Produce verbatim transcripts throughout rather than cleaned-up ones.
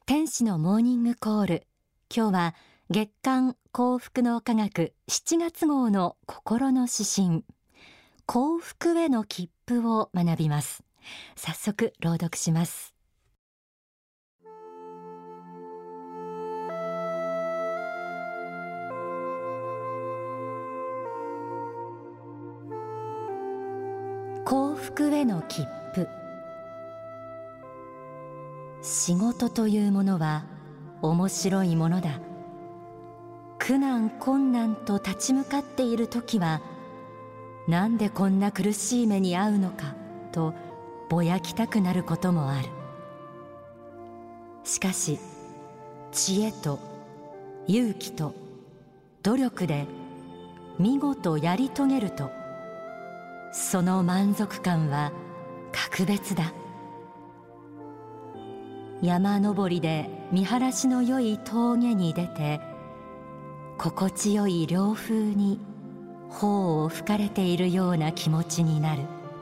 天使のモーニングコール。今日は月刊幸福の科学しちがつ号の心の指針、幸福への切符を学びます。早速朗読します。幸福への切符。仕事というものは面白いものだ。苦難困難と立ち向かっている時は、なんでこんな苦しい目に遭うのかとぼやきたくなることもある。しかし知恵と勇気と努力で見事やり遂げると、その満足感は格別だ。山登りで見晴らしの良い峠に出て、心地よい涼風に頬を吹かれているような気持ちになる。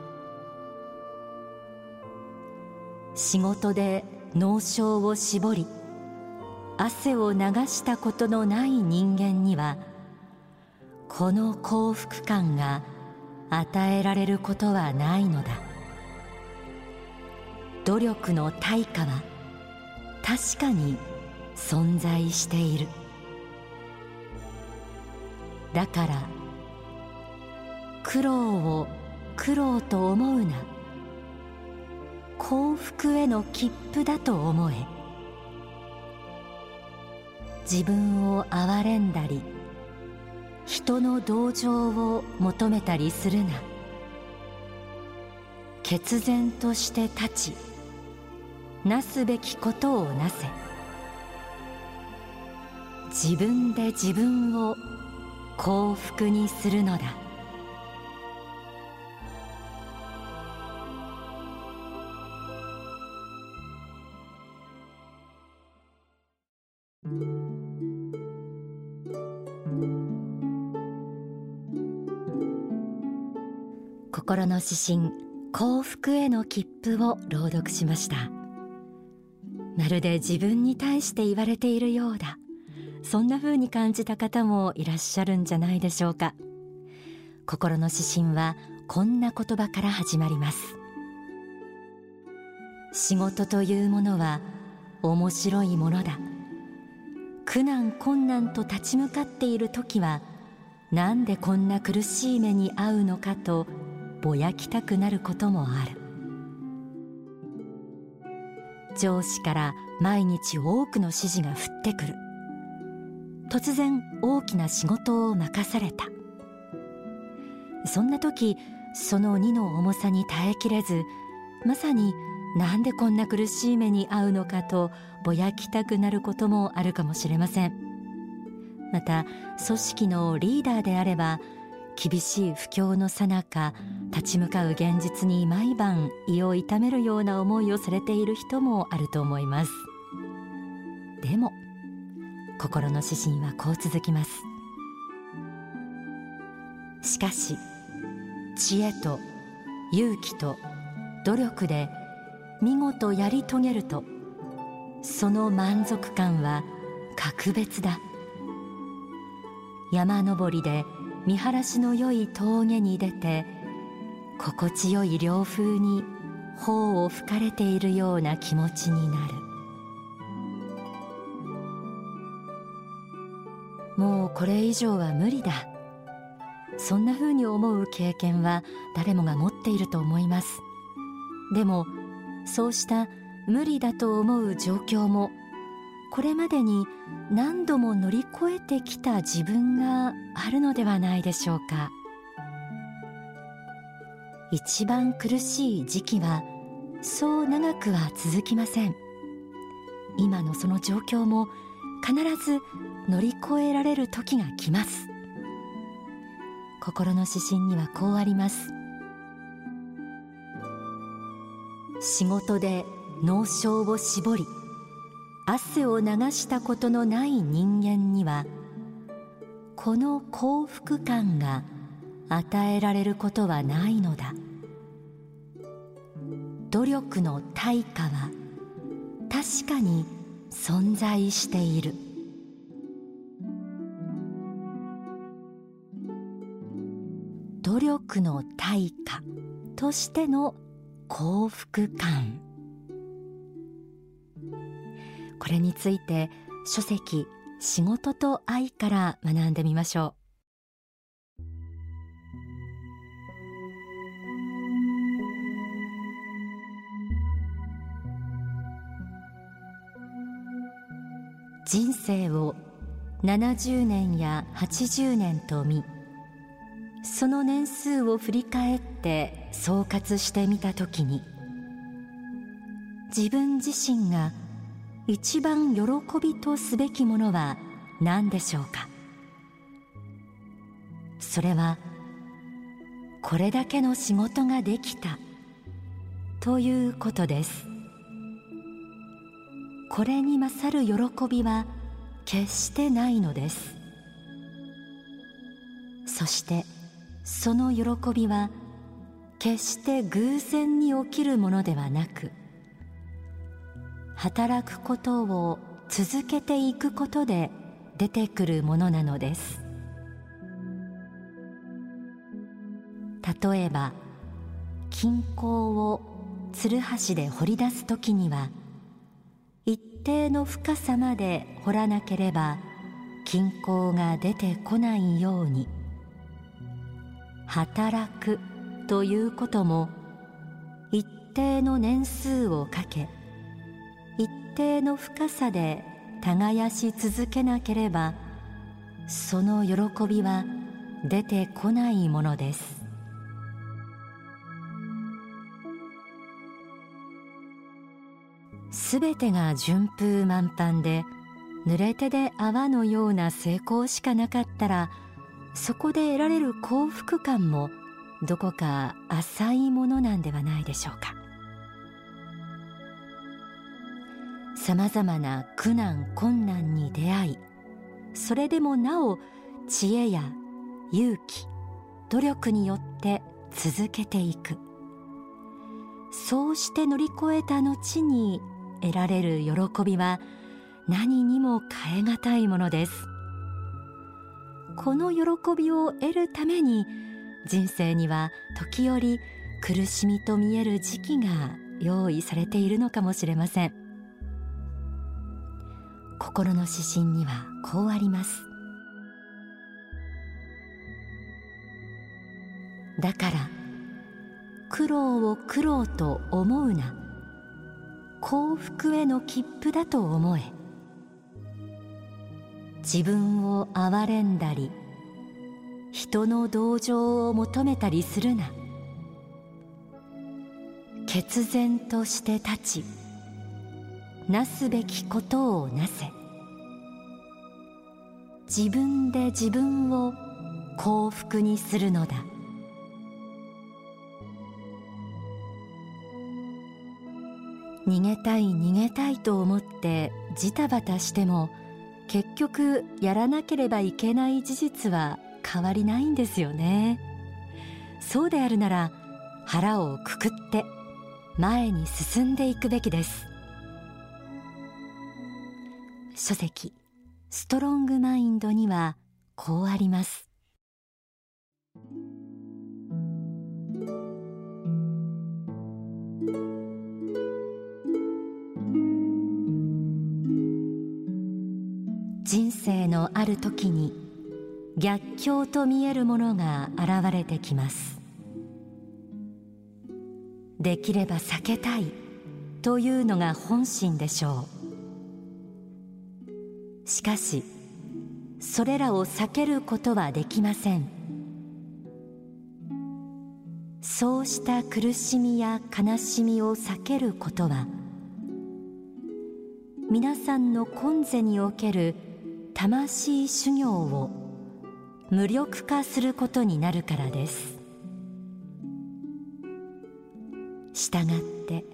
仕事で脳症を絞り汗を流したことのない人間には、この幸福感が与えられることはないのだ。努力の対価は確かに存在している。だから苦労を苦労と思うな。幸福への切符だと思え。自分を憐れんだり人の同情を求めたりするな。決然として立ち、なすべきことをなせ。自分で自分を幸福にするのだ。心の指針、幸福への切符を朗読しました。まるで自分に対して言われているようだ。そんな風に感じた方もいらっしゃるんじゃないでしょうか。心の指針はこんな言葉から始まります。仕事というものは面白いものだ。苦難困難と立ち向かっている時は、なんでこんな苦しい目に遭うのかとぼやきたくなることもある。上司から毎日多くの指示が降ってくる。突然大きな仕事を任された。そんな時、その荷の重さに耐えきれず、まさになんでこんな苦しい目に遭うのかとぼやきたくなることもあるかもしれません。また組織のリーダーであれば、厳しい不況の最中、立ち向かう現実に毎晩胃を痛めるような思いをされている人もあると思います。でも心の指針はこう続きます。しかし知恵と勇気と努力で見事やり遂げると、その満足感は格別だ。山登りで見晴らしの良い峠に出て、心地よい涼風に頬を吹かれているような気持ちになる。もうこれ以上は無理だ。そんな風に思う経験は誰もが持っていると思います。でもそうした無理だと思う状況も、これまでに何度も乗り越えてきた自分があるのではないでしょうか。一番苦しい時期はそう長くは続きません。今のその状況も必ず乗り越えられる時が来ます。心の指針にはこうあります。仕事で脳症を絞り汗を流したことのない人間には、この幸福感が与えられることはないのだ。努力の対価は確かに存在している。努力の対価としての幸福感。これについて書籍「仕事と愛」から学んでみましょう。人生をななじゅうねんやはちじゅうねんと見、その年数を振り返って総括してみたときに、自分自身が一番喜びとすべきものは何でしょうか。それはこれだけの仕事ができたということです。これに勝る喜びは決してないのです。そしてその喜びは決して偶然に起きるものではなく、働くことを続けていくことで出てくるものなのです。例えば金鉱をツルハシで掘り出すときには、一定の深さまで掘らなければ金鉱が出てこないように、働くということも一定の年数をかけ、一定の深さで耕し続けなければ、その喜びは出てこないものです。すべてが順風満帆で、濡れ手で泡のような成功しかなかったら、そこで得られる幸福感もどこか浅いものなんではないでしょうか。さまざまな苦難困難に出会い、それでもなお知恵や勇気、努力によって続けていく。そうして乗り越えた後に得られる喜びは何にも代え難いものです。この喜びを得るために、人生には時折苦しみと見える時期が用意されているのかもしれません。心の指針にはこうあります。だから苦労を苦労と思うな、幸福への切符だと思え。自分を憐れんだり、人の同情を求めたりするな。決然として立ち、なすべきことをなせ。自分で自分を幸福にするのだ。逃げたい逃げたいと思ってジタバタしても、結局やらなければいけない事実は変わりないんですよね。そうであるなら腹をくくって前に進んでいくべきです。書籍「ストロングマインド」にはこうあります。人生のある時に逆境と見えるものが現れてきます。できれば避けたいというのが本心でしょう。しかしそれらを避けることはできません。そうした苦しみや悲しみを避けることは、皆さんの今世における魂修行を無力化することになるからです。したがって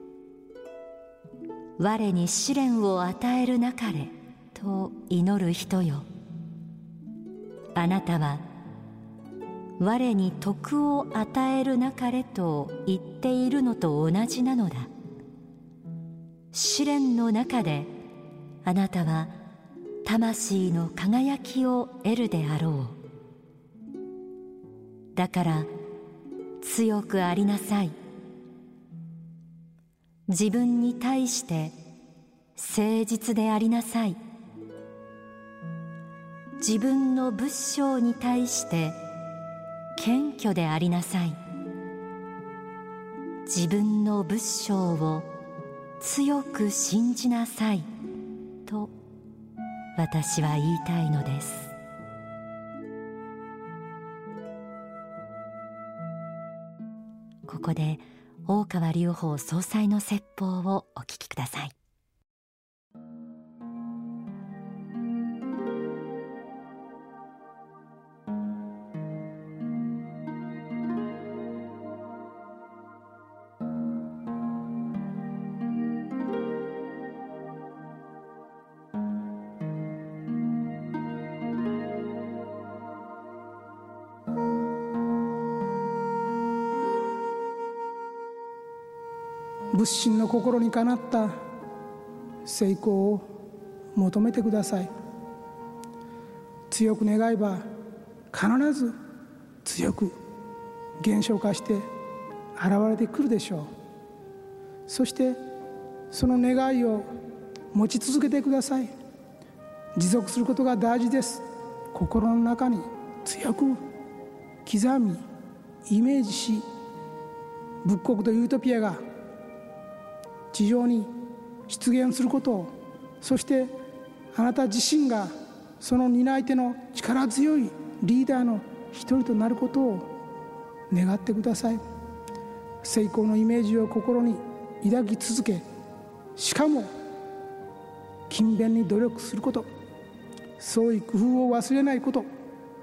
我に試練を与えるなかれと祈る人よ、あなたは我に徳を与えるなかれと言っているのと同じなのだ。試練の中であなたは魂の輝きを得るであろう。だから強くありなさい。自分に対して誠実でありなさい。自分の仏性に対して謙虚でありなさい。自分の仏性を強く信じなさいと私は言いたいのです。ここで大川隆法総裁の説法をお聞きください。 仏心の心にかなった成功を求めてください。強く願えば必ず強く現象化して現れてくるでしょう。そしてその願いを持ち続けてください。持続することが大事です。心の中に強く刻みイメージし、仏国とユートピアが地上に出現することを、そしてあなた自身がその担い手の力強いリーダーの一人となることを願ってください。成功のイメージを心に抱き続け、しかも勤勉に努力すること、創意工夫を忘れないこと、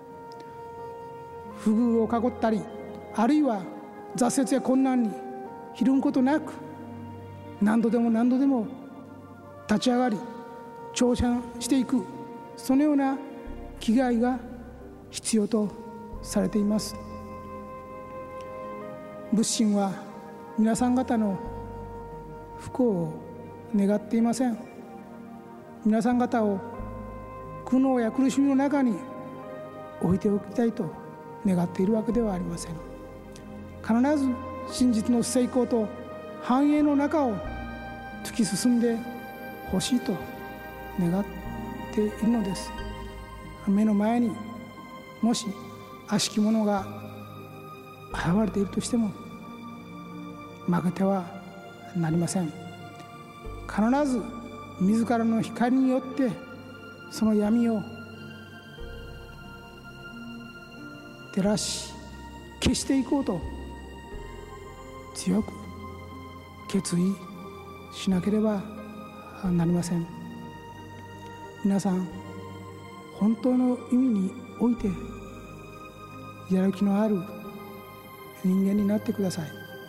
不遇を囲ったり、あるいは挫折や困難にひるむことなく、何度でも何度でも立ち上がり挑戦していく、そのような気概が必要とされています。仏心は皆さん方の不幸を願っていません。皆さん方を苦悩や苦しみの中に置いておきたいと願っているわけではありません。必ず真実の成功と繁栄の中を突き進んでほしいと願っているのです。目の前にもし悪しき者が現れているとしても負けてはなりません。必ず自らの光によってその闇を照らし消していこうと強く決意しなければなりません。皆さん、本当の意味においてやる気のある人間になってください。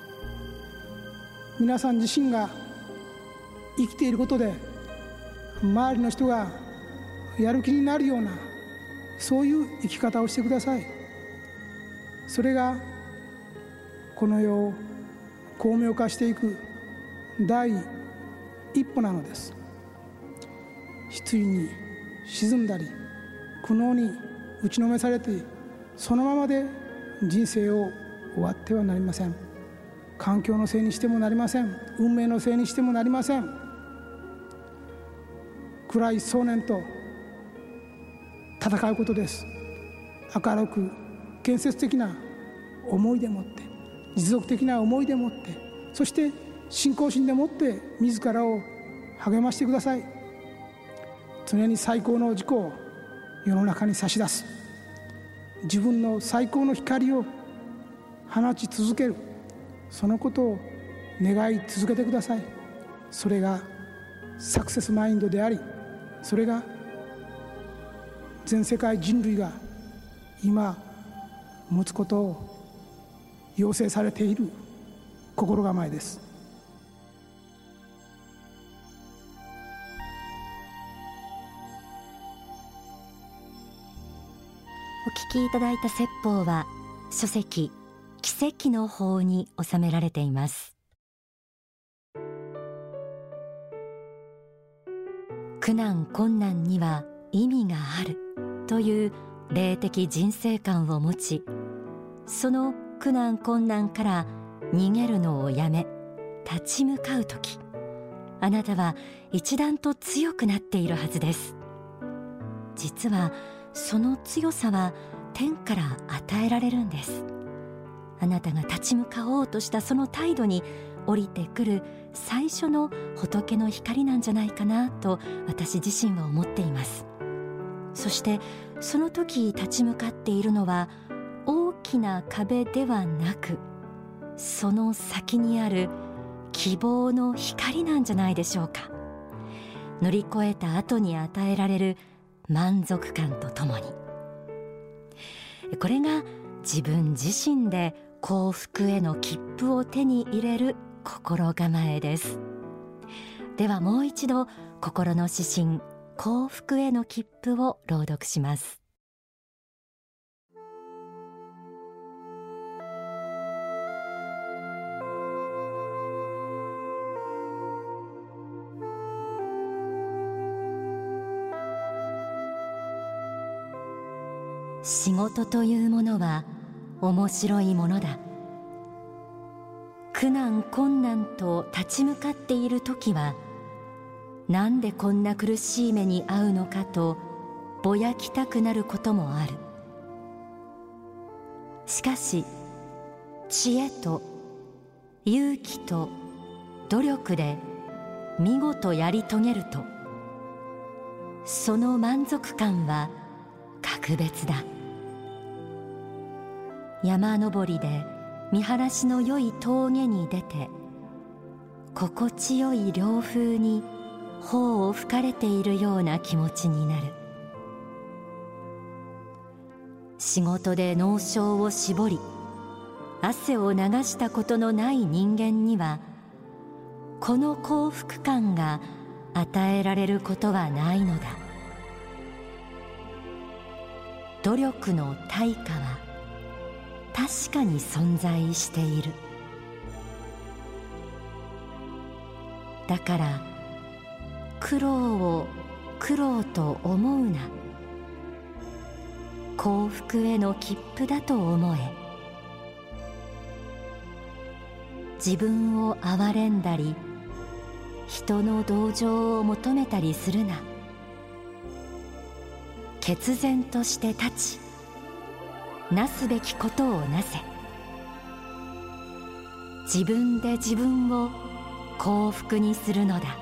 皆さん自身が生きていることで周りの人がやる気になるような、そういう生き方をしてください。それがこの世を巧妙化していく第一歩なのです。失意に沈んだり苦悩に打ちのめされてそのままで人生を終わってはなりません。環境のせいにしてもなりません。運命のせいにしてもなりません。暗い想念と戦うことです。明るく建設的な思いでもって持続的な思いでもって、そして信仰心でもって自らを励ましてください。常に最高の自己を世の中に差し出す、自分の最高の光を放ち続ける、そのことを願い続けてください。それがサクセスマインドであり、それが全世界人類が今持つことを要請されている心構えです。 お聞きいただいた説法は書籍奇跡の法に収められています。 苦難困難には意味があるという霊的人生観を持ち、その苦難困難から逃げるのをやめ立ち向かうとき、あなたは一段と強くなっているはずです。実はその強さは天から与えられるんです。あなたが立ち向かおうとしたその態度に降りてくる最初の仏の光なんじゃないかなと私自身は思っています。そしてその時立ち向かっているのは大きな壁ではなく、その先にある希望の光なんじゃないでしょうか。乗り越えた後に与えられる満足感とともに、これが自分自身で幸福への切符を手に入れる心構えです。ではもう一度心の指針、幸福への切符を朗読します。仕事というものは面白いものだ。苦難困難と立ち向かっているときは、なんでこんな苦しい目に遭うのかとぼやきたくなることもある。しかし知恵と勇気と努力で見事やり遂げると、その満足感は格別だ。山登りで見晴らしの良い峠に出て、心地よい涼風に頬を吹かれているような気持ちになる。仕事で脳症を絞り汗を流したことのない人間には、この幸福感が与えられることはないのだ。努力の対価は確かに存在している。だから苦労を苦労と思うな。幸福への切符だと思え。自分を憐れんだり人の同情を求めたりするな。決然として立ち、なすべきことをなせ。自分で自分を幸福にするのだ。